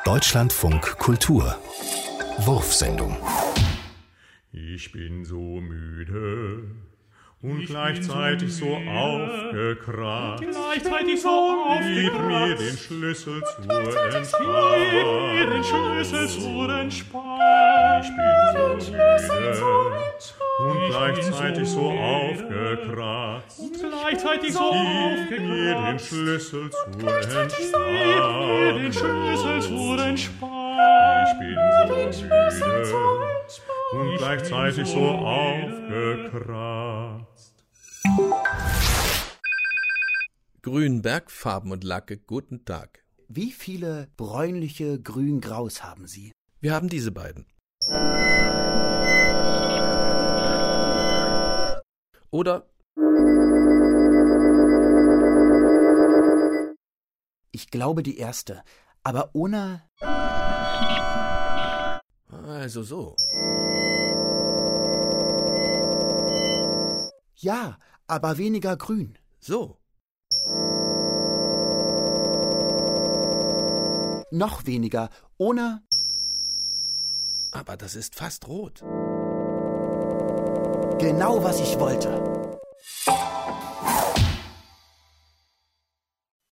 Deutschlandfunk Kultur Wurfsendung. Ich bin so müde und gleichzeitig so aufgekratzt. Gib mir den Schlüssel zur Entspannung. Ich bin so müde und gleichzeitig so aufgekratzt. Gib mir den Schlüssel zur Entspannung. Ich bin so müde und gleichzeitig so aufgekratzt. Grünberg, Farben und Lacke, guten Tag. Wie viele bräunliche Grün-Graus haben Sie? Wir haben diese beiden. Oder Ich glaube die erste, aber ohne... also so. Ja, aber weniger grün. So. Noch weniger, ohne... Aber das ist fast rot. Genau, was ich wollte.